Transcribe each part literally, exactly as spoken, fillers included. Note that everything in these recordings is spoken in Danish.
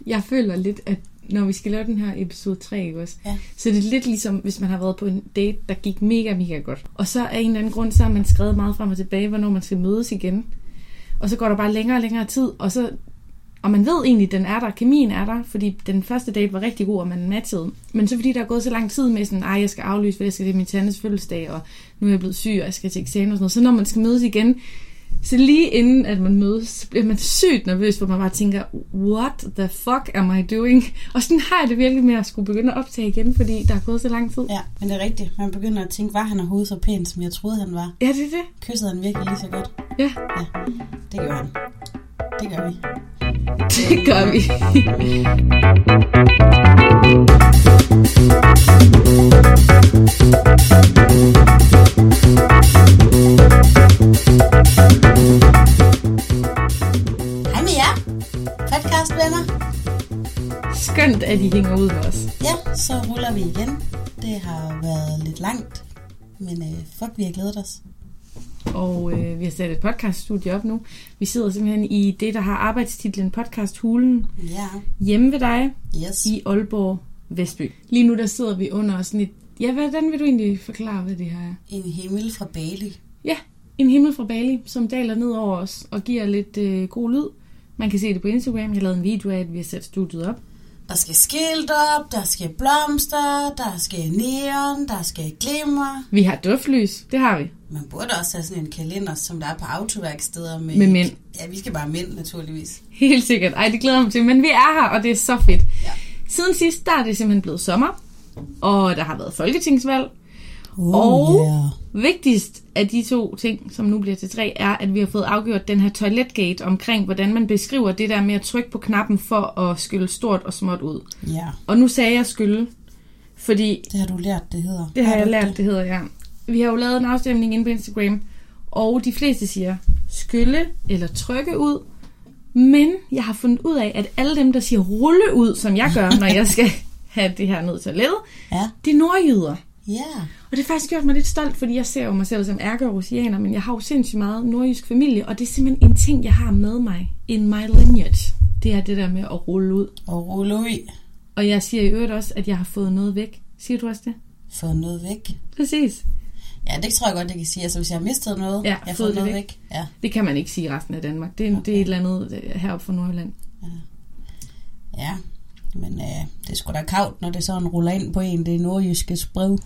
Jeg føler lidt, at når vi skal lave den her episode tre, ikke også? Ja. Så det er lidt ligesom, hvis man har været på en date, der gik mega, mega godt. Og så af en eller anden grund, så har man skrevet meget frem og tilbage, hvornår man skal mødes igen. Og så går der bare længere og længere tid, og så og man ved egentlig, at den er der, kemien er der, fordi den første date var rigtig god, og man matchede. Men så fordi der er gået så lang tid med sådan, ej, jeg skal aflyse, for jeg skal til min tantes fødselsdag, og nu er jeg blevet syg, og jeg skal til eksamen og sådan noget. Så når man skal mødes igen, så lige inden at man mødes, så bliver man sygt nervøs, hvor man bare tænker, what the fuck am I doing? Og sådan har jeg det virkelig med at skulle begynde at optage igen, fordi der er gået så lang tid. Ja, men det er rigtigt. Man begynder at tænke, var han overhovedet så pæn, som jeg troede, han var? Ja, det er det. Kyssede han virkelig lige så godt? Ja. Ja, det gør han. Det gør vi. Det gør vi. Hej med jer, podcastvenner. Skønt, at I hænger ud med os. Ja, så ruller vi igen. Det har været lidt langt, men øh, fuck, vi har glædet os. Og øh, vi har sat et podcaststudie op nu. Vi sidder simpelthen i det, der har arbejdstitlen Podcasthulen. Ja. Hjemme ved dig. Yes. I Aalborg Vestby. Lige nu der sidder vi under sådan et... Ja, hvordan vil du egentlig forklare, hvad det her er? En himmel fra Bali. Ja, en himmel fra Bali, som daler ned over os og giver lidt øh, god lyd. Man kan se det på Instagram. Jeg har lavet en video af, at vi har sat studiet op. Der skal skilt op, der skal blomster, der skal neon, der skal glimmer. Vi har duftlys, det har vi. Man burde også have sådan en kalender, som der er på autoværksteder med... Med mænd. Ja, vi skal bare mænd, naturligvis. Helt sikkert. Ej, det glæder mig til. Men vi er her, og det er så fedt. Ja. Siden sidst, der er det simpelthen blevet sommer. Og der har været folketingsvalg. Oh, og yeah. vigtigst af de to ting, som nu bliver til tre, er, at vi har fået afgjort den her toiletgate omkring, hvordan man beskriver det der med at trykke på knappen for at skylle stort og småt ud. Ja. Og nu sagde jeg skylle, fordi... Det har du lært, det hedder. Det har, har jeg lært, det? det hedder, ja. Vi har jo lavet en afstemning inde på Instagram, og de fleste siger skylle eller trykke ud. Men jeg har fundet ud af, at alle dem, der siger rulle ud, som jeg gør, når jeg skal have det her ned til at lede, ja. det er nordjyder. Ja. Og det har faktisk gjort mig lidt stolt, fordi jeg ser jo mig selv som ærkerusianer, men jeg har jo sindssygt meget nordjysk familie, og det er simpelthen en ting, jeg har med mig in my lineage. Det er det der med at rulle ud. Og rulle ud. Og jeg siger i øvrigt også, at jeg har fået noget væk. Siger du også det? Fået noget væk? Præcis. Ja, det tror jeg godt, jeg kan sige. Altså, hvis jeg har mistet noget, ja, jeg har fået noget væk. væk. Ja. Det kan man ikke sige i resten af Danmark. Det, okay. det er et eller andet heroppe fra Nordjylland. Ja, ja. Men øh, det er sgu da kavt, når det sådan ruller ind på en, det nordjyske sprog.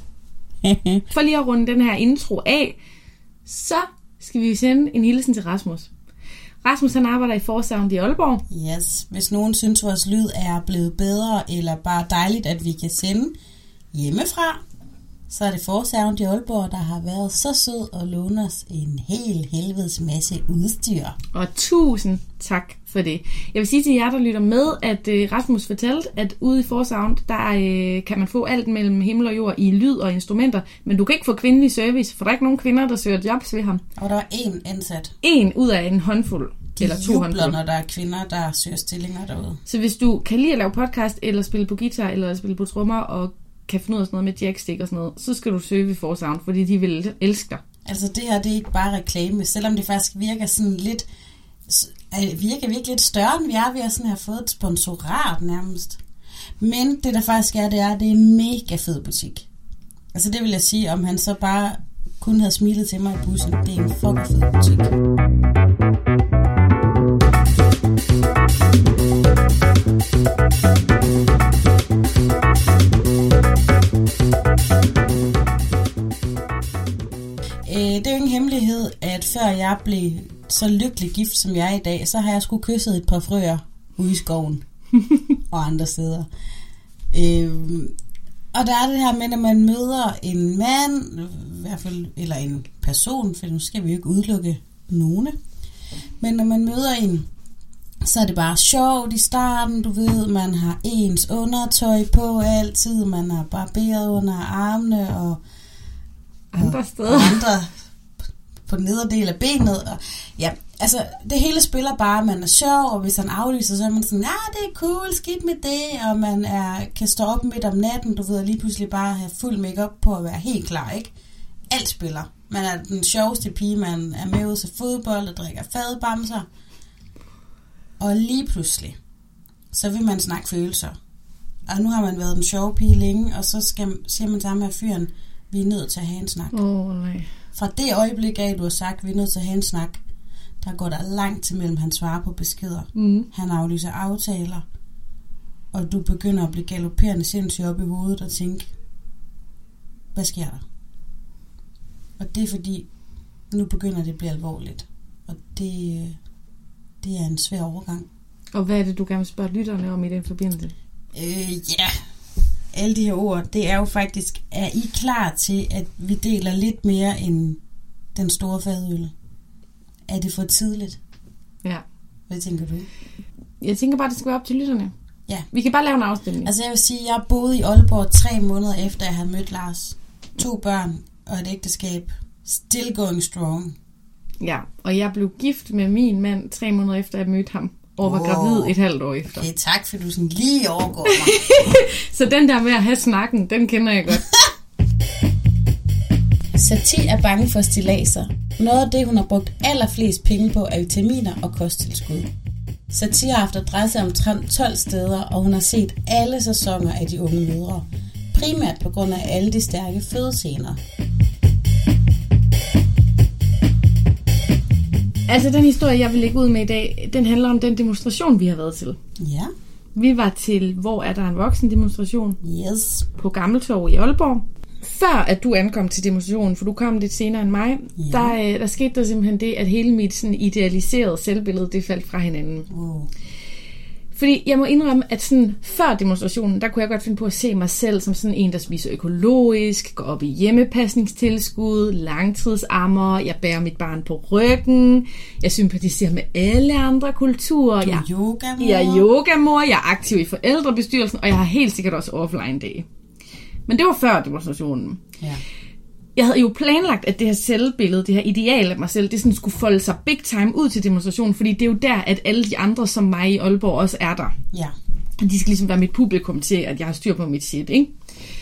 For lige at runde den her intro af, så skal vi sende en hilsen til Rasmus. Rasmus, han arbejder i Forsound i Aalborg. Yes. Hvis nogen synes, vores lyd er blevet bedre, eller bare dejligt, at vi kan sende hjemmefra, så er det Forsound i Aalborg, der har været så sød og låne os en hel helvedes masse udstyr. Og tusind tak for det. Jeg vil sige til jer, der lytter med, at øh, Rasmus fortalte, at ude i Forsound, der øh, kan man få alt mellem himmel og jord i lyd og instrumenter, men du kan ikke få kvindelig service, for der er ikke nogen kvinder, der søger jobs ved ham. Og der er én ansat. En ud af en håndfuld. De eller to jubler, håndfuld. Når der er kvinder, der søger stillinger derude. Så hvis du kan lide at lave podcast, eller spille på guitar, eller spille på trommer, og kan finde ud af sådan noget med jackstick og sådan noget, så skal du søge ved Forsound, fordi de vil elske dig. Altså det her, det er ikke bare reklame, selvom det faktisk virker sådan lidt, virker virkelig lidt større, end vi er. Vi har sådan her fået et sponsorat nærmest. Men det der faktisk er, det er, det er en mega fed butik. Altså det vil jeg sige, om han så bare kun havde smilet til mig i bussen. Det er en fucking fed butik. Det er jo ingen hemmelighed, at før jeg blev så lykkelig gift, som jeg er i dag, så har jeg sgu kysset et par frøer ude i skoven og andre steder. Øhm, og der er det her med, når man møder en mand, i hvert fald, eller en person, for nu skal vi jo ikke udelukke nogen. Men når man møder en, så er det bare sjovt i starten, du ved, man har ens undertøj på altid, man har barberet under armene og andre steder. Og andre på den nederdel af benet. Og, ja, altså, det hele spiller bare, man er sjov, og hvis han aflyser, så er man sådan, ja, ah, det er cool, skidt med det, og man er, kan stå op midt om natten, du ved, og lige pludselig bare have fuld makeup på at være helt klar, ikke? Alt spiller. Man er den sjoveste pige, man er med ud til fodbold og drikker fadbamser. Og lige pludselig, så vil man snakke følelser. Og nu har man været en sjov pige længe, og så skal, siger man sammen med fyren, vi er nødt til at have en snak. Åh, oh, nej. Fra det øjeblik af, du har sagt, vi er nødt til at have en snak, der går der langt til mellem, han svarer på beskeder. Mm. Han aflyser aftaler, og du begynder at blive galopperende sindssygt op i hovedet og tænke, hvad sker der? Og det er fordi, nu begynder det at blive alvorligt. Og det, det er en svær overgang. Og hvad er det, du gerne vil spørge lytterne om i den forbindelse? Øh, ja, alle de her ord, det er jo faktisk, er I klar til, at vi deler lidt mere end den store fadøl? Er det for tidligt? Ja. Hvad tænker du? Jeg tænker bare, det skal være op til lytterne. Ja. Vi kan bare lave en afstemning. Altså jeg vil sige, jeg boede i Aalborg tre måneder efter, jeg havde mødt Lars. To børn og et ægteskab. Still going strong. Ja, og jeg blev gift med min mand tre måneder efter, jeg mødte ham. Og var oh. gravid et halvt år efter. Okay, tak for du sådan lige overgår mig. Så den der med at have snakken, den kender jeg godt. Satie er bange for stillaser. Noget af det, hun har brugt allerflest penge på, er vitaminer og kosttilskud. Satie har haft adresse omtrent tolv steder, og hun har set alle sæsoner af De Unge Mødre. Primært på grund af alle de stærke fødescener. Altså den historie, jeg vil lægge ud med i dag, den handler om den demonstration, vi har været til. Ja. Vi var til, hvor er der en voksen demonstration? Yes. På Gammeltorv i Aalborg. Før at du ankom til demonstrationen, for du kom lidt senere end mig, ja. der, der skete der simpelthen det, at hele mit sådan idealiserede selvbillede, det faldt fra hinanden. Wow. Fordi jeg må indrømme, at sådan, før demonstrationen, der kunne jeg godt finde på at se mig selv som sådan en, der spiser økologisk, går op i hjemmepasningstilskud, langtidsammer, jeg bærer mit barn på ryggen, jeg sympatiserer med alle andre kulturer. Du er jeg, yogamor. Jeg er yogamor, jeg er aktiv i forældrebestyrelsen, og jeg har helt sikkert også offline dag. Men det var før demonstrationen. Ja. Jeg havde jo planlagt, at det her selvbillede, det her ideal af mig selv, det sådan skulle folde sig big time ud til demonstrationen, fordi det er jo der, at alle de andre som mig i Aalborg også er der. Ja. De skal ligesom være mit publikum til, at jeg har styr på mit shit, ikke?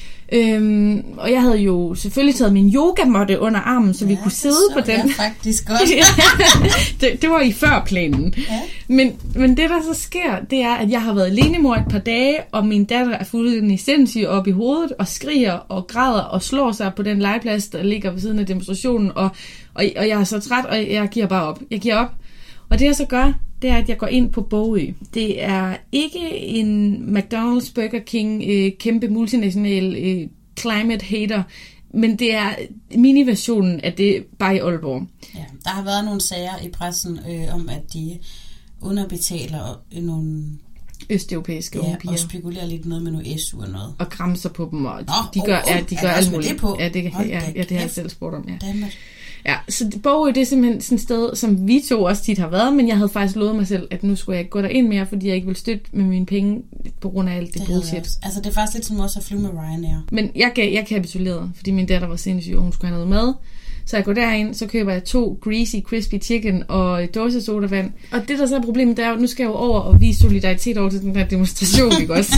Øhm, og jeg havde jo selvfølgelig taget min yogamåtte under armen, så ja, vi kunne sidde på den. Det faktisk godt. det, det var i førplanen. Ja. Men, men det, der så sker, det er, at jeg har været alenemor et par dage, og min datter er fuldstændig sindssyg op i hovedet, og skriger og græder og slår sig på den legeplads, der ligger ved siden af demonstrationen, og, og, og jeg er så træt, og jeg giver bare op. Jeg giver op. Og det jeg så gør, det er, at jeg går ind på Bogø. Det er ikke en McDonald's, Burger King, øh, kæmpe multinational øh, climate hater, men det er mini-versionen af det bare i Aalborg. Ja, der har været nogle sager i pressen øh, om, at de underbetaler øh, nogle østeuropæiske unge piger. Ja, og spekulerer lidt noget med noget S U og noget. Og græmser på dem, og de, Nå, de gør, oh, oh, ja, de gør alt muligt. Det på? Ja, det, ja, ja, ja, det har jeg selv spurgt om, ja. Dammit. Ja, så Bogø, det er simpelthen sådan et sted, som vi to også tit har været, men jeg havde faktisk lovet mig selv, at nu skulle jeg ikke gå derind mere, fordi jeg ikke ville støtte med mine penge på grund af alt det, det bullshit. Altså, det er faktisk lidt som også at flyve med Ryanair. Men jeg, jeg kapitulerede, fordi min datter var sindssyg, og hun skulle have noget mad. Så jeg går derind, så køber jeg to greasy, crispy chicken og dåse sodavand. Og det, der så er problemet, det er jo, nu skal jeg jo over og vise solidaritet over til den der demonstration, ikke også?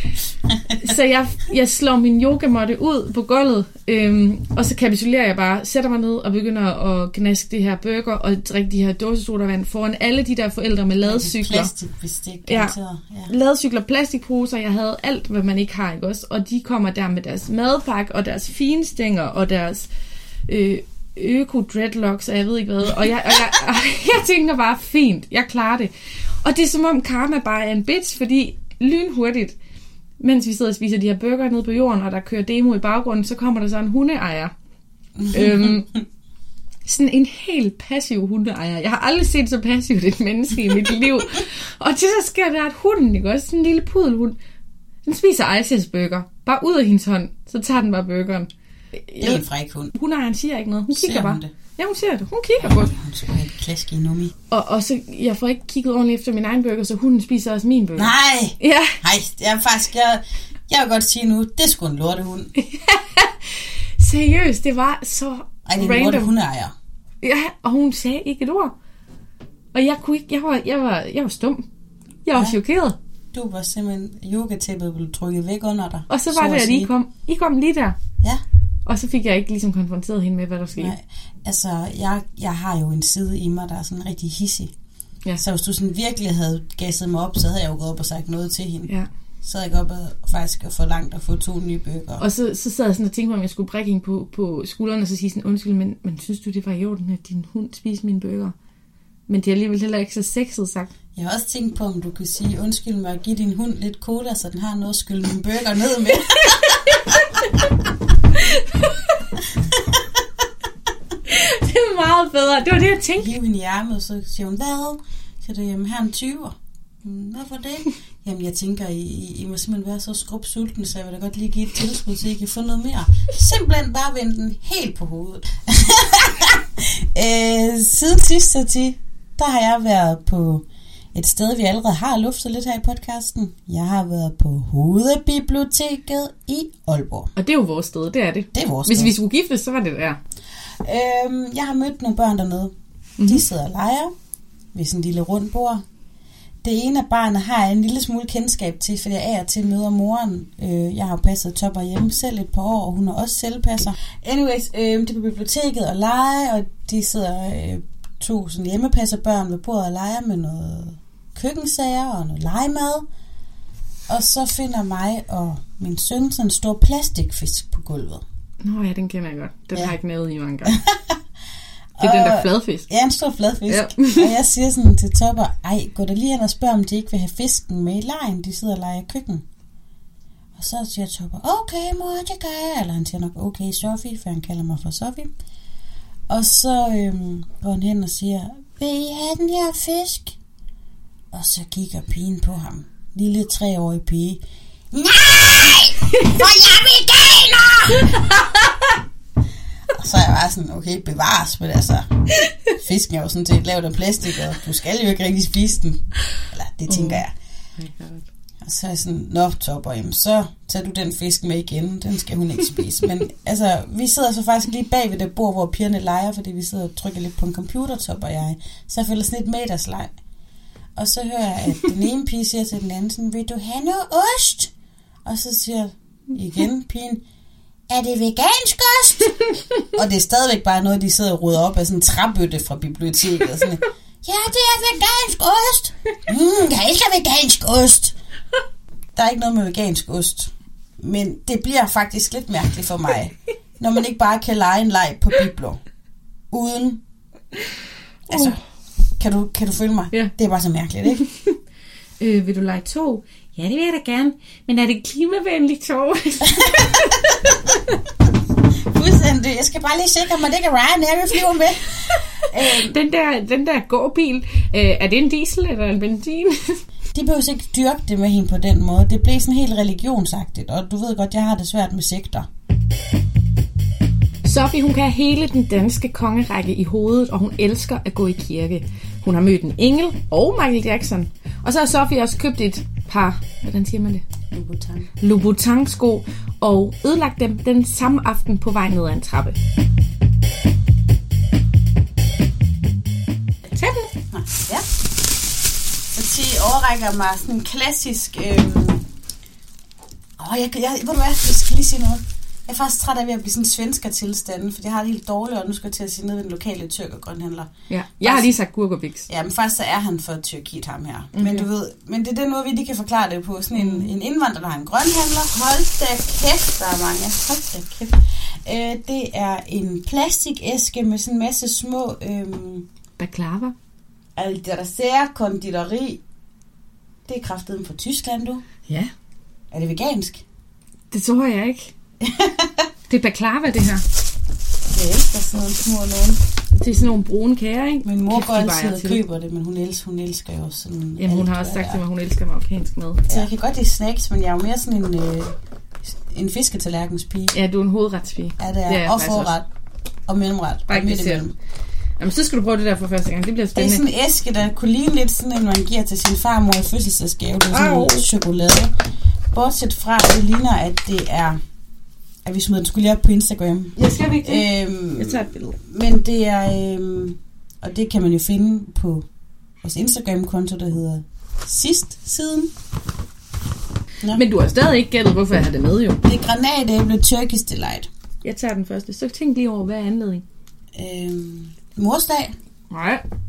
Så jeg, jeg slår min yogamåtte ud på gulvet, øhm, og så kapitulerer jeg bare, sætter mig ned og begynder at gnaske det her burger og drikke de her dåse sodavand foran alle de der forældre med ladecykler. Plastikbestik. Ja, ja. ladecykler, plastikposer, jeg havde alt, hvad man ikke har, ikke også? Og de kommer der med deres madpakke og deres finstænger og deres øh, øko-dreadlocks, og jeg ved ikke hvad. Og jeg, og jeg, og jeg tænker bare, fint, jeg klarer det. Og det er som om karma bare er en bitch, fordi lynhurtigt, mens vi sidder og spiser de her burger nede på jorden, og der kører demo i baggrunden, så kommer der så en hundeejer. øhm, sådan en helt passiv hundeejer. Jeg har aldrig set så passivt et menneske i mit liv. Og det så sker der, at hunden, ikke også, sådan en lille pudelhund, den spiser Ices burger. Bare ud af hendes hånd, så tager den bare burgeren. Det er en fræk hund. Hundeejeren siger ikke noget. Hun kigger bare. Det? Ja, hun ser det. Hun kigger på det. Hun er helt klask i nummi. Og, og så, jeg får ikke kigget ordentligt efter min egen burger, så hunden spiser også min burger. Nej! Ja. Nej, jeg er faktisk, jeg, jeg vil godt sige nu, det er sgu en lortehund. Seriøst, det var så Ej, det er en lortehundeejer. Ja, og hun sagde ikke et ord. Og jeg kunne ikke, jeg var, jeg var, jeg var stum. Jeg var ja. chokeret. Du var simpelthen, yogatæppet blev trykket væk under dig. Og så var så det, at I kom, I kom lige der. Ja. Og så fik jeg ikke ligesom konfronteret hende med, hvad der skete. Nej, altså, jeg, jeg har jo en side i mig, der er sådan rigtig hissig. Ja. Så hvis du sådan virkelig havde gasset mig op, så havde jeg jo gået op og sagt noget til hende. Ja. Så havde jeg gået op og faktisk for langt at få to nye bøger. Og så, så sad jeg sådan og tænkte mig, om jeg skulle brække hende på, på skulderen og så sige sådan, undskyld, men, men synes du, det var i orden, at din hund spiste mine bøger? Men det er alligevel heller ikke så sexet sagt. Jeg har også tænkt på, om du kan sige, undskyld mig, at give din hund lidt cola, så den har noget at skylle mine bøger ned med. Det er meget bedre. Det var det, jeg tænkte. Hive hende i armet, og så siger hun, hvad? Så siger du, jamen her er en tyver. Hvorfor det? Jamen jeg tænker, I, I, I må simpelthen være så skrubsulten, så jeg vil da godt lige give et tilskud, så I kan få noget mere. Simpelthen bare vende den helt på hovedet. øh, siden sidste tid, der har jeg været på et sted, vi allerede har luftet lidt her i podcasten. Jeg har været på Hovedbiblioteket i Aalborg. Og det er jo vores sted, det er det. Det er vores Hvis sted. vi skulle giftes, så var det der. Øhm, jeg har mødt nogle børn dernede. Mm-hmm. De sidder og leger ved sådan en lille rund bord. Det ene af barnet har jeg en lille smule kendskab til, fordi jeg er til møder moren. Øh, jeg har jo passet Topper hjemme selv et par år, og hun er også selvpasser. Anyways, øh, de er på biblioteket og leger, og de sidder øh, to sådan hjemmepasserbørn ved bordet og leger med noget køkkensager og noget legemad. Og så finder mig og min søn sådan en stor plastikfisk på gulvet. Nå ja, den kender jeg godt. Den ja. har jeg ikke nævet i mange gange. Det er og, den der fladfisk. Ja, en stor fladfisk. Ja. Og jeg siger sådan til Topper, ej, gå da lige hen og spørg, om de ikke vil have fisken med i lejen. De sidder og leger i køkken. Og så siger Topper, okay mor, det gør jeg. Eller han siger nok, okay Sofie, for han kalder mig for Sofie. Og så øhm, går han hen og siger, vil I have den her fisk? Og så kigger pigen på ham. Lille treårig pige. Nej! For jeg er veganer! Og så er jeg bare sådan, okay, bevares, men altså, fisken er jo sådan set lavet af plastik, og du skal jo ikke rigtig spise den. Eller, det tænker jeg. Og så er jeg sådan, nå, Topper, jamen, så tager du den fisk med igen, den skal hun ikke spise. Men altså, vi sidder så faktisk lige bag ved det bord, hvor pigerne leger, fordi vi sidder og trykker lidt på en computer, Topper og jeg. Så jeg føler sådan et middagsleg. Og så hører jeg, at den ene pige siger til den anden sådan, vil du have noget ost? Og så siger igen pigen, er det vegansk ost? Og det er stadigvæk bare noget, de sidder og ruder op af sådan en træbøtte fra biblioteket. Og sådan, ja, det er vegansk ost. Mm, jeg elsker vegansk ost. Der er ikke noget med vegansk ost. Men det bliver faktisk lidt mærkeligt for mig, når man ikke bare kan lege en leg på biblo. Uden... Altså, kan du, kan du følge mig? Ja. Det er bare så mærkeligt, ikke? øh, vil du lege tog? Ja, det vil jeg da gerne. Men er det klimavenligt tog? Fuldstændig. Jeg skal bare lige sikre mig, at det ikke er Ryanair, vi flyver med. den, der, den der gåbil, øh, er det en diesel eller en benzin? De behøver ikke dyrke det med hende på den måde. Det blev sådan helt religionsagtigt, og du ved godt, jeg har det svært med sekter. Sofie, hun kan have hele den danske kongerække i hovedet, og hun elsker at gå i kirke. Hun har mødt en engel og Michael Jackson. Og så har Sofie også købt et par, hvordan siger man det? Louboutin. Louboutin-sko, og ødelagt dem den samme aften på vej ned ad en trappe. Tag den. Ja. Så ti overrækker mig sådan en klassisk... Øhm... Åh, jeg, jeg, ved du hvad, jeg skal lige sige noget. Jeg er faktisk træt af ved at blive sådan en svensker tilstanden, for jeg har det helt dårligt, og nu skal jeg til at sige ned ved den lokale tyrkergrønhandler. Ja, jeg har lige sagt Gurkoviks. Ja, men faktisk så er han for Tyrkiet, ham her. Okay. Men du ved, men det er den måde, vi lige kan forklare det på. Sådan en, mm. en indvandrer, der har en grønhandler. Hold da kæft, der er mange. Hold da kæft. Øh, det er en plastikæske med sådan en masse små... Øhm, baklava. Alderser konditori. Det er kraftedeme fra Tyskland, du. Ja. Er det vegansk? Det tror jeg ikke. Det er baklava, det her. Jeg elsker sådan nogle små nogen. Det er sådan nogle brune kager, ikke? Min mor går altid og køber det, men hun elsker, hun elsker jo også sådan... Jamen, hun har også sagt til mig, at hun elsker marokkansk mad. Så ja. Jeg kan godt lide snacks, men jeg er jo mere sådan en, øh, en fisketallerkenspige. Ja, du er en hovedretspige. Ja, det er. Det er og forret. Og mellemret. Og midt imellem. Jamen, så skal du prøve det der for første gang. Det bliver spændende. Det er sådan en æske, der kunne ligne lidt sådan en, man giver til sin farmor i fødselsdagsgave. Det er sådan oh. en chokolade. Bortset fra, at det ligner, at det er... At vi smider den skulle lige op på Instagram. Jeg skal ikke øhm, Jeg tager et billede. Men det er... Øhm, og det kan man jo finde på vores Instagram-konto, der hedder sidst siden. Nå. Men du har stadig ikke gættet, hvorfor jeg har det med, jo. Det er granatæble Turkish Delight. Jeg tager den første. Så tænk lige over, hvad er anledning? Øhm, morsdag. Nej.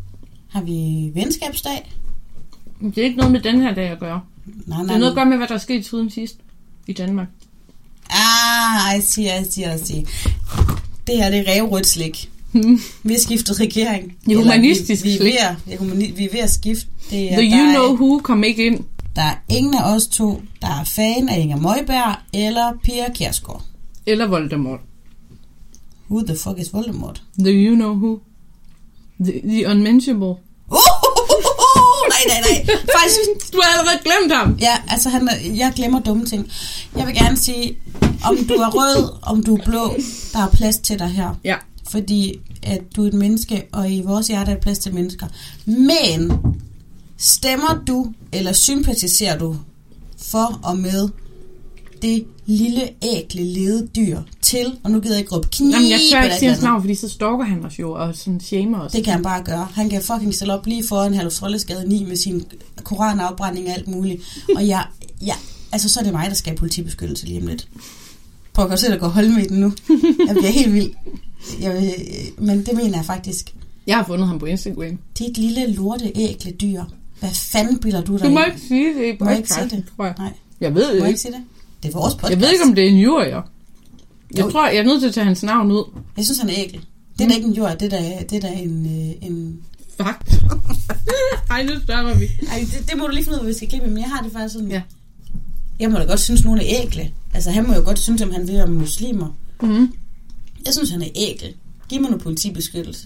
Har vi venskabsdag? Det er ikke noget med den her dag at gøre. Nej, nej, det er noget at gøre med, hvad der er sket siden sidst i Danmark. Ah, I see, I see, I see. Det her, det er rævrødt slik. Hmm. Vi har skiftet regering. Det er humanistisk vi, vi, slik. er ved, humani, vi er ved at skifte. Det er, The you know who kom ikke ind. Der er ingen af os to, der er fan af Inger Møgberg eller Pia Kjærsgaard. Eller Voldemort. Who the fuck is Voldemort? The you know who. The, the unmentionable. Uh, uh, uh, uh, nej, nej, nej. Faktisk, du har allerede glemt ham. Ja, altså han, jeg glemmer dumme ting. Jeg vil gerne sige, om du er rød, om du er blå, der er plads til dig her. Ja. Fordi at du er et menneske, og i vores hjerte er der plads til mennesker. Men stemmer du, eller sympatiserer du for og med det lille, ækle lededyr til, og nu gider jeg ikke råbe knib. Jamen, jeg tør ikke sige hans navn, fordi så stalker han os jo, og sådan shamer os. Det kan han bare gøre. Han kan fucking stille op lige foran Herlufstrollesgade ni med sin koranafbrænding og alt muligt. Og jeg, ja, altså så er det mig, der skal have politibeskyttelse lige om lidt. Prøv at godt se, der går holde med den nu. Jeg bliver helt vild. Jeg, men det mener jeg faktisk. Jeg har fundet ham på Instagram. Det er et lille lorte ækle dyr. Hvad fanden bilder du dig? Du må ikke sige det i podcasten. Må jeg ikke sige det? Tror jeg. Nej. Jeg ved det ikke. Må jeg ikke sige det? Det er vores podcast. Jeg ved ikke, om det er en jurier. Jeg jo. tror, jeg er nødt til at tage hans navn ud. Jeg synes, han er ægel. Det er mm. da ikke en jord, det er da, det er da en... en... Fuck. Ej, nu stopper vi. Ej, det, det må du lige finde ud af, hvad vi skal klippe. Men jeg har det faktisk sådan... Ja. Jeg må da godt synes, nogen er ægle. Altså, han må jo godt synes, om han vil være muslimer. Mm. Jeg synes, han er ægel. Giv mig noget politibeskyttelse.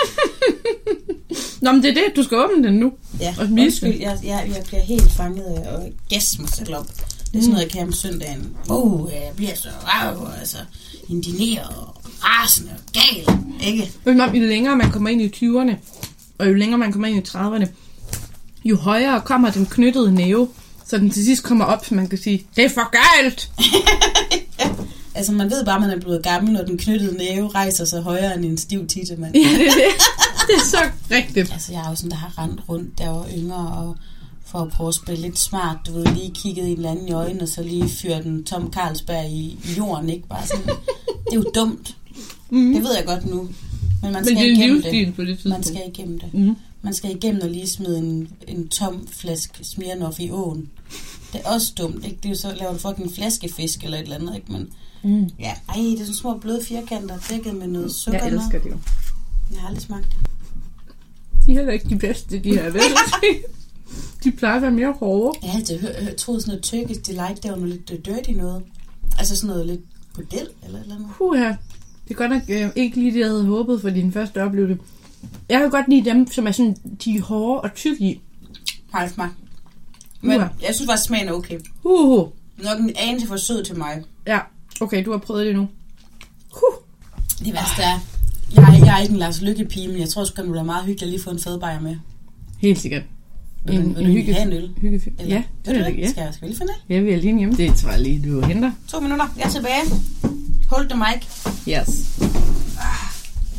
Nå, men det er det. Du skal åbne den nu. Ja, undskyld. Jeg, jeg, jeg bliver helt fanget af og gæs mig selv op. Det er sådan noget, jeg kan om søndagen. Uh, jeg bliver så wow, altså, indigneret og rasende og gal, ikke? Jo længere man kommer ind i tyverne, og jo længere man kommer ind i trediverne, jo højere kommer den knyttede næve, så den til sidst kommer op, så man kan sige, det er for galt! Ja, altså man ved bare, at man er blevet gammel, når den knyttede næve rejser sig højere end en stiv tittemand. Ja, det er det. Det er så rigtigt. Altså jeg er jo sådan, der har rendt rundt, der var yngre, og for at prøve at spille lidt smart, du ved, lige kigget en eller anden i øjnene, og så lige fyre den Tom Carlsberg i, i jorden, ikke? Bare sådan, det er jo dumt. Mm. Det ved jeg godt nu. Men man skal Men det er igennem det. På det man skal igennem det. Mm. Man skal igennem og lige smide en, en tom flaske Smirnoff i åen. Det er også dumt, ikke? Det er jo så, laver du fucking flaskefisk eller et eller andet, ikke? Men mm. ja, ej, det er sådan små bløde firkanter, dækket med noget sukker. Jeg elsker det jo. Jeg har aldrig smagt det. De er heller ikke de bedste, de her, vel? De plejer at være mere hårde. Ja, det, jeg troede sådan noget Turkish Delight, det var noget lidt dirty noget. Altså sådan noget lidt bordel eller eller andet. Puha, det er godt nok øh, ikke lige det, jeg havde håbet for din første oplevelse. Jeg kan godt lide dem, som er sådan, de er hårde og tykke i. Har jeg smagt. Men uh. jeg synes faktisk, smagen er okay. Uh. Nok en anelse for sød til mig. Ja, okay, du har prøvet det nu. Uh. Det værste er, jeg, jeg er ikke en Lars Lykke-pige, men jeg tror sgu, det bliver meget hyggeligt at lige få en fadbajer med. Helt sikkert. Vil en, en, en hygge, have en øl? Hygge, ja, det er det, ja. Skal jeg, skal vi lige finde det? Ja, vi er lige hjemme. Det tror jeg lige, du henter. To minutter. Jeg er tilbage. Hold the mic. Yes. Ah.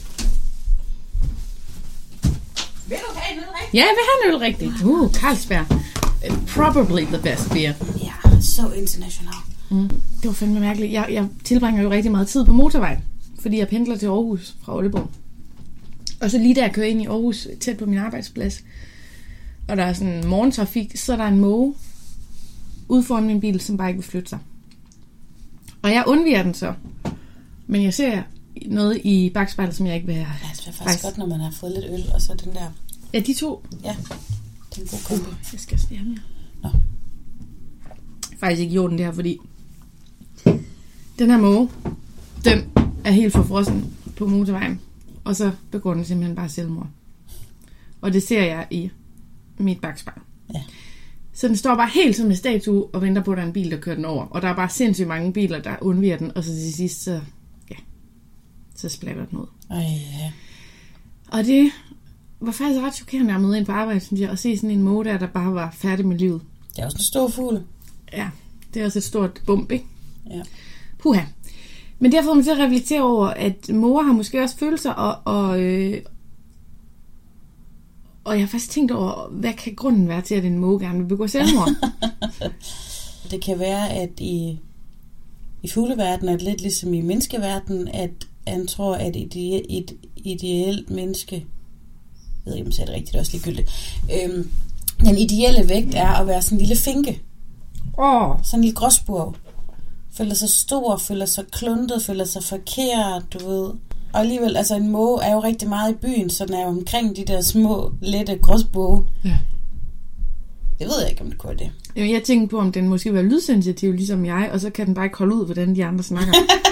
Vil du have en øl rigtigt? Ja, jeg vil have en øl rigtigt. Uh, Carlsberg. Probably the best beer. Ja, så international. Mm. Det var fandme mærkeligt. Jeg, jeg tilbringer jo rigtig meget tid på motorvejen, fordi jeg pendler til Aarhus fra Aalborg. Og så lige da jeg kører ind i Aarhus, tæt på min arbejdsplads, og der er sådan morgentrafik, så er der en måge ude foran min bil, som bare ikke vil flytte sig. Og jeg undviger den så. Men jeg ser noget i bagspejlet, som jeg ikke vil have. Ja, det er faktisk, faktisk godt, når man har fået lidt øl, og så den der. Ja, de to. Ja, det er en god kombi. Uh, jeg skal stjerne mere. Nå. Faktisk ikke gjort den der, fordi den her måge, den er helt forfrossen på motorvejen. Og så begår den simpelthen bare selvmord. Og det ser jeg i mit bagspejl. Ja. Så den står bare helt som en statue og venter på, at der er en bil, der kører den over. Og der er bare sindssygt mange biler, der undviger den. Og så til sidst, så, ja, så splatter den ud. Ej, ja. Og det var faktisk ret chokerende at møde ind på arbejde, synes jeg, og se sådan en måge der, der bare var færdig med livet. Det er også en stor fugl. Ja, det er også et stort bump, ikke? Ja. Puha. Men det har fået mig til at reflektere over, at måger har måske også følelser, og, og, øh, og jeg har faktisk tænkt over, hvad kan grunden være til, at en måge gerne vil begå selvmord? Det kan være, at i, i fugleverdenen er det lidt ligesom i menneskeverdenen, at han tror, at et, et ideelt menneske ved ikke, om jeg sagde det rigtigt, det er også ligegyldigt. Øhm, den ideelle vægt er at være sådan en lille finke. Åh. Oh. Sådan en lille gråsbog. Føler sig stor, føler sig kluntet, føler sig forkert, du ved. Og alligevel, altså en måge er jo rigtig meget i byen, så den er jo omkring de der små, lette gråsbog. Ja. Jeg ved ikke, om det kunne det. Jamen, jeg tænkte på, om den måske var lydsensitiv, ligesom jeg, og så kan den bare ikke holde ud, hvordan de andre snakker.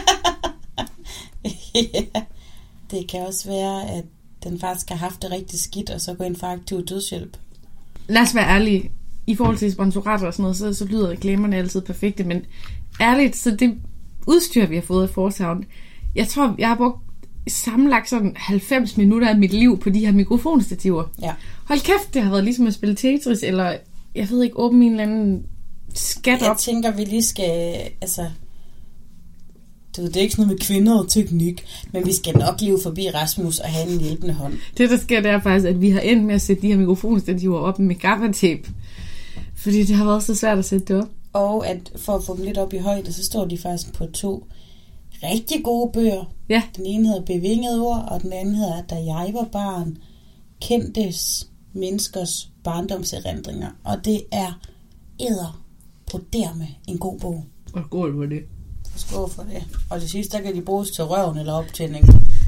Ja, det kan også være, at den faktisk har haft det rigtig skidt, og så går ind for aktiv dødshjælp. Lad os være ærlige. I forhold til sponsorater og sådan noget, så, så lyder reklamerne altid perfekte, men ærligt, så det udstyr, vi har fået af Forsound, jeg tror, jeg har brugt sammenlagt sådan halvfems minutter af mit liv på de her mikrofonstativer. Ja. Hold kæft, det har været ligesom at spille Tetris, eller jeg ved ikke, åbne en eller anden skat op. Jeg tænker, vi lige skal, altså, det er ikke sådan noget med kvinder og teknik, men vi skal nok leve forbi Rasmus og have en hjælpende hånd. Det, der sker, det er faktisk, at vi har endt med at sætte de her mikrofonstativer op med gaffatape, fordi det har været så svært at sætte det op. Og at for at få dem lidt op i højde, så står de faktisk på to rigtig gode bøger. Ja. Den ene hedder Bevingede ord, og den anden hedder Da jeg var barn, kendtes menneskers barndomserindringer. Og det er edder på dermed en god bog. Og skål for det. Skål for det. Og det sidste, der kan de bruges til røven eller optænding.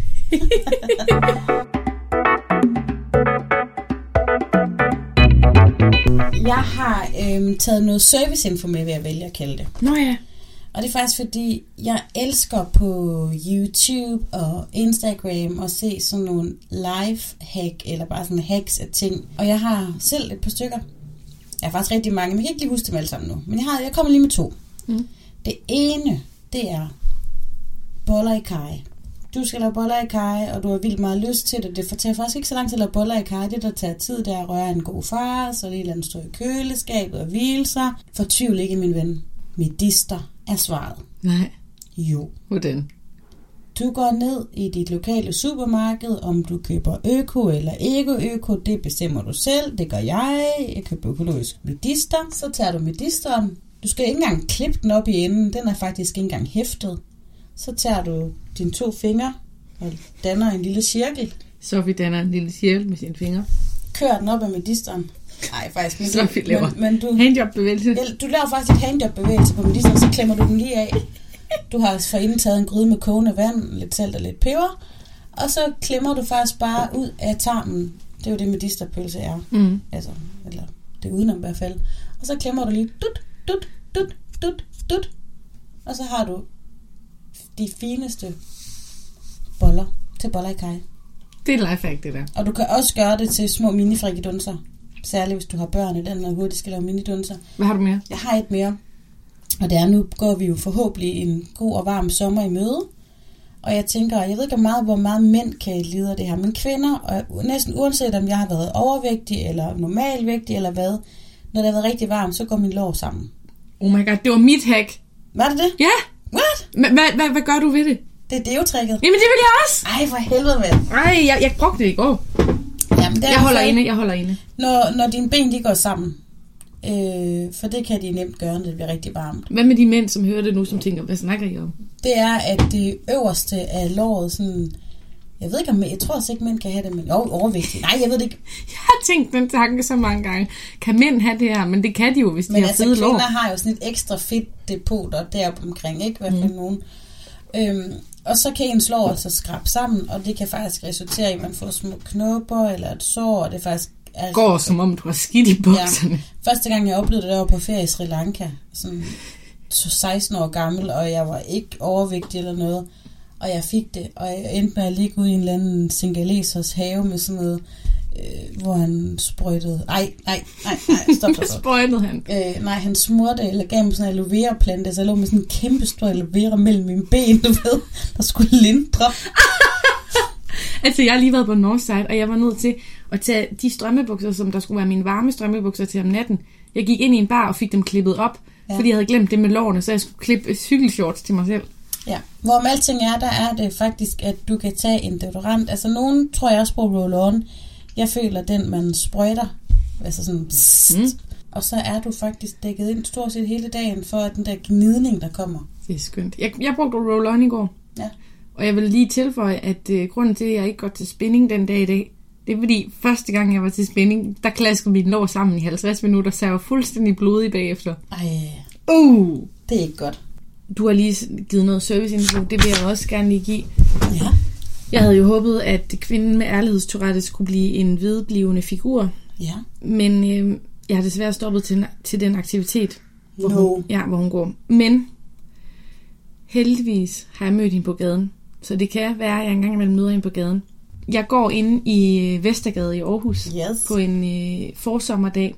Jeg har øhm, taget noget serviceinfo med, vil jeg vælge at kalde det. Nå ja. Og det er faktisk fordi, jeg elsker på YouTube og Instagram at se sådan nogle life-hack, eller bare sådan hacks af ting. Og jeg har selv et par stykker. Jeg har faktisk rigtig mange, men jeg kan ikke lige huske dem alle sammen nu. Men jeg, har, jeg kommer lige med to. Mm. Det ene, det er boller i kaj. Du skal lave boller i kaj, og du har vildt meget lyst til det. Det fortæller faktisk ikke så lang tid at lave boller i kaj. Det, der tager tid, det er at røre en god far, så det er et stå i køleskabet og hvile sig. Fortvivl ikke, min ven. Medister er svaret. Nej. Jo. Hvordan? Du går ned i dit lokale supermarked, om du køber øko eller ikke-øko, det bestemmer du selv. Det gør jeg. Jeg køber økologisk medister. Så tager du medisteren. Du skal ikke engang klippe den op i enden. Den er faktisk ikke engang hæftet. Så tager du dine to fingre og danner en lille cirkel. Sofie danner en lille cirkel med sine fingre. Kør den op af medisteren. Nej, faktisk. Men Sofie du, laver men, men du, handjob-bevægelse. Ja, du laver faktisk et handjob-bevægelse på medisteren, så klemmer du den lige af. Du har forinden taget en gryde med kogende vand, lidt salt og lidt peber. Og så klemmer du faktisk bare ud af tarmen. Det er jo det, medisterpølse er. Mm. Altså, eller det er udenom i hvert fald. Og så klemmer du lige dut, dut, dut, dut, dut. Og så har du de fineste boller til boller i kaj. Det er lifehack, det der. Og du kan også gøre det til små mini-frikadunser. Særligt hvis du har børn i den, og hurtigt skal lave mini-dunser. Hvad har du mere? Jeg har et mere. Og det er, nu går vi jo forhåbentlig en god og varm sommer i møde. Og jeg tænker, jeg ved ikke meget, hvor meget mænd kan lide af det her. Men kvinder, og næsten uanset om jeg har været overvægtig, eller normalvægtig, eller hvad. Når det har været rigtig varmt, så går min lår sammen. Oh my god, det var mit hack. Var det det? Ja. What? Hvad gør du ved det? Det er deo-tricket. Jamen det vil jeg også. Ej, for helvede, mand. Ej, jeg, jeg brugte det i går. Jamen, det jeg holder inde, jeg holder inde. Når, når dine ben, de går sammen. Øh, for det kan de nemt gøre, når det bliver rigtig varmt. Hvad med de mænd, som hører det nu, som tænker, hvad snakker I om? Det er, at det øverste af låret sådan... Jeg ved ikke om... Jeg tror også ikke, mænd kan have det, men oh, overvægtigt. Nej, jeg ved det ikke. Jeg har tænkt den tanke så mange gange. Kan mænd have det her? Men det kan de jo, hvis de men har altså, fede lår. Men altså, kvinder har jo sådan et ekstra fedt depot deroppe omkring, ikke? I hvert fald mm. nogen. Øhm, og så kan ens lår altså skrabe sammen, og det kan faktisk resultere i, at man får små knopper eller et sår, og det faktisk er... Går som om du har skidt i bukserne. Ja. Første gang, jeg oplevede det, der var på ferie i Sri Lanka, sådan seksten år gammel, og jeg var ikke overvægtig eller noget, og jeg fik det, og jeg endte med at ligge ude i en eller anden singalesers have med sådan noget, øh, hvor han sprøjtede... Ej, nej, nej, nej, stop, stop, stop. Sprøjtede han? Øh, nej, han smurte, eller gav mig sådan en aloe vera plante, så jeg lå med sådan en kæmpe stor aloe vera mellem mine ben, du ved, der skulle lindre. Altså, jeg har lige været på Northside, og jeg var nødt til at tage de strømmebukser, som der skulle være mine varme strømmebukser til om natten. Jeg gik ind i en bar og fik dem klippet op, ja. Fordi jeg havde glemt det med lårene, så jeg skulle klippe cykelshorts til mig selv. Ja, hvorom alting er, der er det faktisk, at du kan tage en deodorant. Altså, nogen tror jeg også på roll-on. Jeg føler den, man sprøjter, altså sådan, pssst, mm. og så er du faktisk dækket ind stort set hele dagen for den der gnidning, der kommer. Det er skønt. Jeg, jeg brugte roll-on i går. Ja. Og jeg vil lige tilføje, at øh, grunden til, at jeg ikke går til spinning den dag i dag, Det er fordi, første gang jeg var til spænding, der klaskede min lår sammen i halvtreds minutter, så jeg var fuldstændig blodig bagefter. Ej, Uh! det er ikke godt. Du har lige givet noget serviceinfo, det vil jeg også gerne lige give. Ja. Jeg havde jo håbet, at kvinden med ærlighedstourette skulle blive en vedblivende figur. Ja. Men øh, jeg har desværre stoppet til, til den aktivitet, hvor, No. hun, ja, hvor hun går. Men heldigvis har jeg mødt hende på gaden. Så det kan være, at jeg engang imellem møder hende på gaden. Jeg går inde i Vestergade i Aarhus Yes. på en øh, forsommerdag.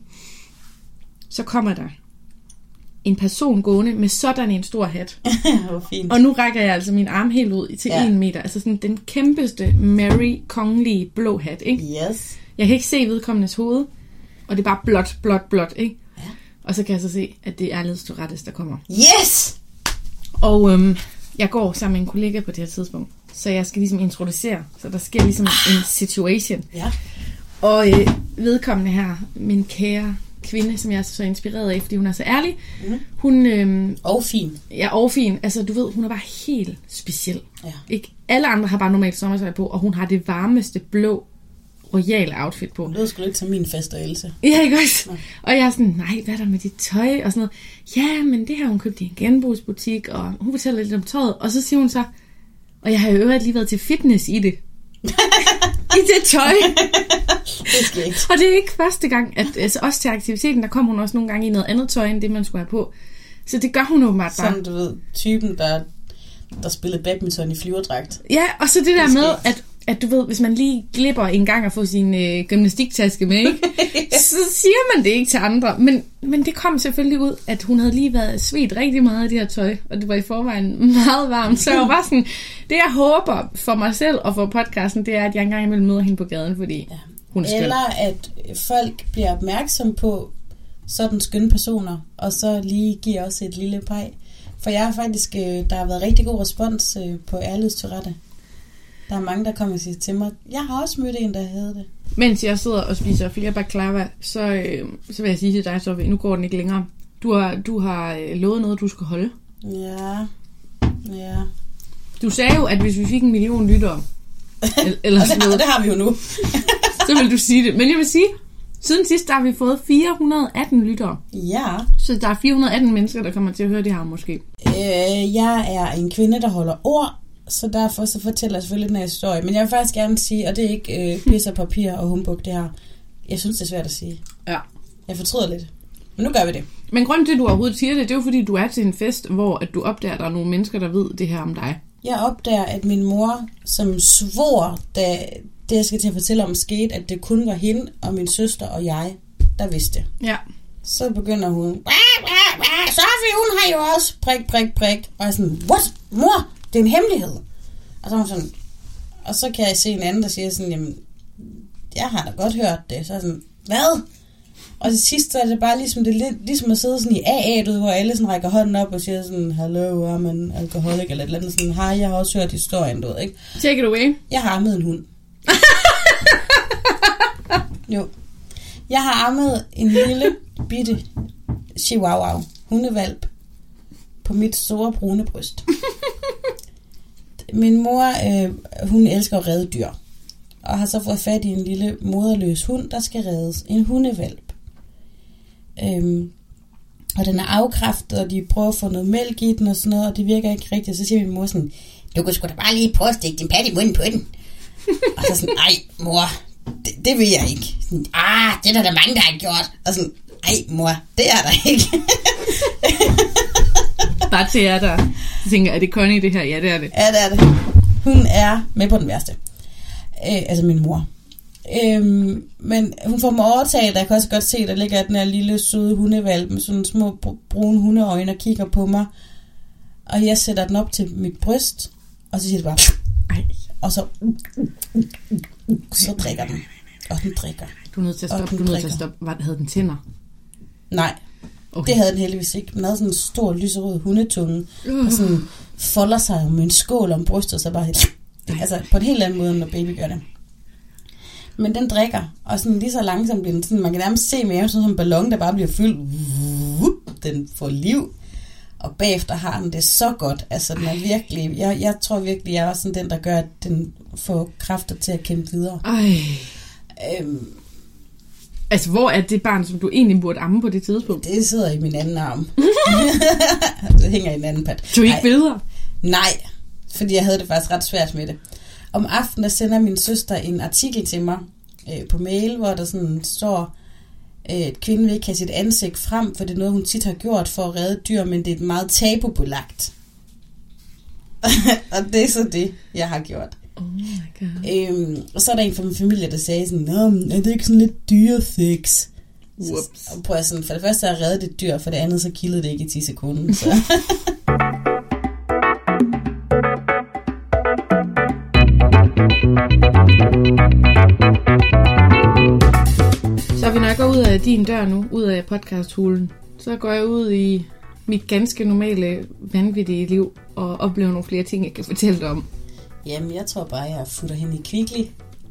Så kommer der en person gående med sådan en stor hat. Hvor fint. Og nu rækker jeg altså min arm helt ud til Ja. en meter. Altså sådan den kæmpeste Mary kongelige blå hat, ikke? Yes. Jeg kan ikke se vedkommendes hoved, og det er bare blåt, blåt, blåt, ikke? Ja. Og så kan jeg så se, at det er ærlighedstourette, der kommer. Yes! Og øhm, jeg går sammen med en kollega på det her tidspunkt, så jeg skal ligesom introducere, så der sker ligesom en situation. Ja. Og øh, vedkommende her, min kære kvinde, som jeg er så inspireret af, fordi hun er så ærlig, Mm. hun øhm, Og fin. ja, og fin. Altså, du ved, hun er bare helt speciel. Ja. Ikke? Alle andre har bare normalt sommertøj på, og hun har det varmeste blå royale outfit på. Det lyder sgu lidt som min festøjelse. Ja, ikke også? Ja. Og jeg er sådan, nej, hvad er der med dit tøj? Og sådan noget. Ja, men det har hun købt i en genbrugsbutik, og hun fortæller lidt om tøjet. Og så siger hun så, og jeg har jo øvrigt lige været til fitness i det. I det tøj. Det skal ikke. Og det er ikke første gang, at altså, også til aktiviteten, der kom hun også nogle gange i noget andet tøj, end det man skulle have på. Så det gør hun åbenbart bare. Sådan, du ved, typen, der, der spillede badminton i flyverdragt. Ja, og så det der Det med, skal at, at du ved, hvis man lige glipper en gang at få sin øh, gymnastiktaske med, ikke? Så siger man det ikke til andre. Men, men det kom selvfølgelig ud, at hun havde lige været svedt rigtig meget af det her tøj, og det var i forvejen meget varmt. Så jeg var bare sådan, det jeg håber for mig selv og for podcasten, det er, at jeg engang imellem møder hende på gaden, fordi Ja. hun er skøn. Eller at folk bliver opmærksom på sådan skønne personer, og så lige giver også et lille pej. For jeg har faktisk, øh, der har været rigtig god respons øh, på ærlighedstourette. Der er mange, der kommer og siger til mig, jeg har også mødt en, der havde det. Mens jeg sidder og spiser flere baklava, så, øh, så vil jeg sige til dig, så nu går den ikke længere. Du har, du har øh, lovet noget, du skal holde. Ja, ja. Du sagde jo, at hvis vi fik en million lyttere, eller, eller Og det, sådan har, noget, det har vi jo nu. så vil du sige det. Men jeg vil sige, siden sidst der har vi fået fire hundrede og atten lyttere. Ja. Så der er fire hundrede og atten mennesker, der kommer til at høre det her måske. Øh, jeg er en kvinde, der holder ord, så derfor så fortæller jeg selvfølgelig den her historie. Men jeg vil faktisk gerne sige, og det er ikke øh, pis og papir og humbug det her. Jeg synes, det er svært at sige. Ja. Jeg fortryder lidt. Men nu gør vi det. Men grunden til, at du overhovedet siger det, det er jo fordi, du er til en fest, hvor at du opdager, at der er nogle mennesker, der ved det her om dig. Jeg opdager, at min mor, som svor, da det, jeg skal til at fortælle om, skete, at det kun var hende og min søster og jeg, der vidste det. Ja. Så begynder hun, Sofie, hun har jo også prik, prik, prik. Og jeg er sådan, what? Mor, det er en hemmelighed. Og så er hun sådan, og så kan jeg se en anden, der siger sådan, jamen, jeg har da godt hørt det. Så er jeg sådan, hvad? Og til sidst så er det bare ligesom, det er lidt, ligesom at sidde sådan i A A, du ved, hvor alle sådan rækker hånden op og siger sådan, hallo, I'm an alcoholic, eller et eller andet sådan, hej, jeg har også hørt historien, du ved, ikke? Take it away. Jeg har ammet en hund. Jo. Jeg har ammet en lille, bitte chihuahua, hundevalp, på mit store brune bryst. Min mor, øh, hun elsker at redde dyr, og har så fået fat i en lille moderløs hund, der skal reddes. En hundevalp. Øhm, og den er afkræftet, og de prøver at få noget mælk i den og sådan noget, og det virker ikke rigtigt. Så siger min mor sådan, du kan sgu da bare lige prøve at stikke din pat i munden på den. Og så sådan, ej mor, det, det vil jeg ikke. Sådan, ah, det er der, der mange, der har gjort. Og sådan, ej mor, det er der ikke. Bare til jer, der tænker, er det Connie det her? Ja, det er det. Ja, det er det. Hun er med på den værste. Øh, altså min mor. Øhm, men hun får mig overtaget, jeg kan også godt se, der ligger den her lille søde hundevalp med sådan små brune hundeøjne og kigger på mig. Og jeg sætter den op til mit bryst, og så siger det bare, Ej. og så, så drikker den. Og den drikker. Du er nødt til at Og stoppe. den Du er nødt til at drikker. stoppe. Hvad havde den tænder? Nej, Okay. det havde den heldigvis ikke. Den havde sådan en stor lyserød hundetunge, uh. og sådan folder sig med en skål om brystet, så bare helt, altså på en helt anden måde, når baby gør det. Men den drikker, og sådan lige så langsomt bliver den sådan, man kan nærmest se med sådan en ballon, der bare bliver fyldt. Den får liv, og bagefter har den det så godt. Altså den er virkelig, jeg, jeg tror virkelig, jeg er også sådan den, der gør, at den får kræfter til at kæmpe videre. Ej. Øhm, altså, hvor er det barn, som du egentlig burde amme på det tidspunkt? Det sidder i min anden arm. Det hænger i en anden pat. Du er ikke billeder? Nej, fordi jeg havde det faktisk ret svært med det. Om aftenen der sender min søster en artikel til mig øh, på mail, hvor der sådan står, at øh, kvinden vil ikke have sit ansigt frem, for det er noget, hun tit har gjort for at redde dyr, men det er meget tabubelagt. Og det er så det, jeg har gjort. Oh my God. Øhm, og så er der en fra min familie, der sagde sådan, nå, er det ikke sådan lidt dyresex? Whoops. Så prøver jeg sådan, for det første har jeg reddet et dyr, for det andet så kildede det ikke i ti sekunder. Så. Så når jeg går ud af din dør nu, ud af podcasthulen, så går jeg ud i mit ganske normale, vanvittige liv og oplever nogle flere ting, jeg kan fortælle dig om. Jamen, jeg tror bare, jeg futter hende i Kvickly.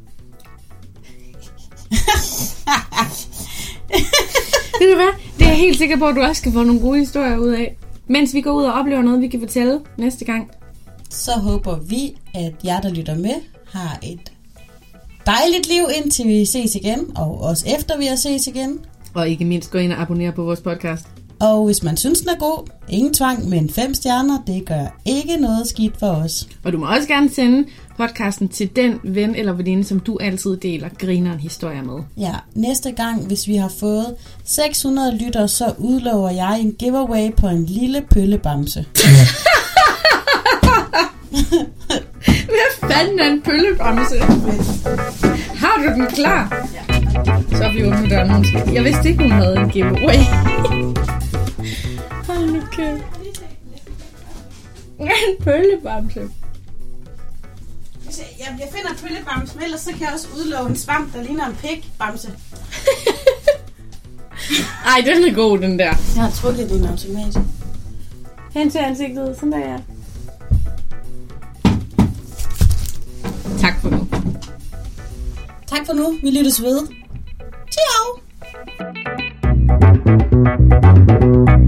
Ved du hvad? Det er jeg helt sikker på, at du også skal få nogle gode historier ud af. Mens vi går ud og oplever noget, vi kan fortælle næste gang. Så håber vi, at jer, der lytter med, har et dejligt liv, indtil vi ses igen. Og også efter vi har ses igen. Og ikke mindst gå ind og abonnere på vores podcast. Og hvis man synes, den er god, ingen tvang, men fem stjerner, det gør ikke noget skidt for os. Og du må også gerne sende podcasten til den ven eller veninde, som du altid deler grineren historier med. Ja, næste gang, hvis vi har fået seks hundrede lytter, så udlover jeg en giveaway på en lille pøllebamse. Hvad fanden er en pøllebamse? Har du den klar? Ja. Så er vi åbne døren måske. Jeg vidste ikke, hun havde en giveaway. Hold nu kæft. En pøllebamse. Jeg finder pøllebamse, men ellers så kan jeg også udlove en svamp, der ligner en pikbamse. Ej, den er god, den der. Jeg har trykket din automat. Hen til ansigtet, sådan der, ja. Tak for nu. Tak for nu. Vi lyttes ved. Ciao!